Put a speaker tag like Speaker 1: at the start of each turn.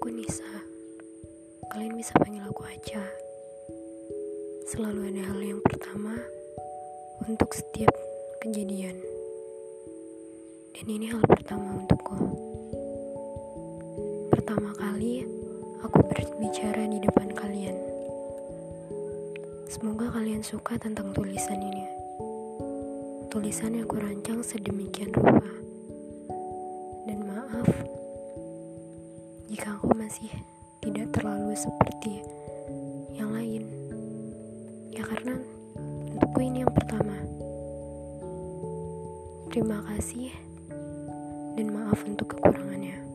Speaker 1: Aku Nisa. Kalian bisa panggil aku aja. Selalu ada hal yang pertama untuk setiap kejadian. Dan ini hal pertama untukku. Pertama kali aku berbicara di depan kalian. Semoga kalian suka tentang tulisan ini. Tulisan yang aku rancang sedemikian rupa. Dan maaf jika aku masih tidak terlalu seperti yang lain. Ya karena untukku ini yang pertama. Terima kasih dan maaf untuk kekurangannya.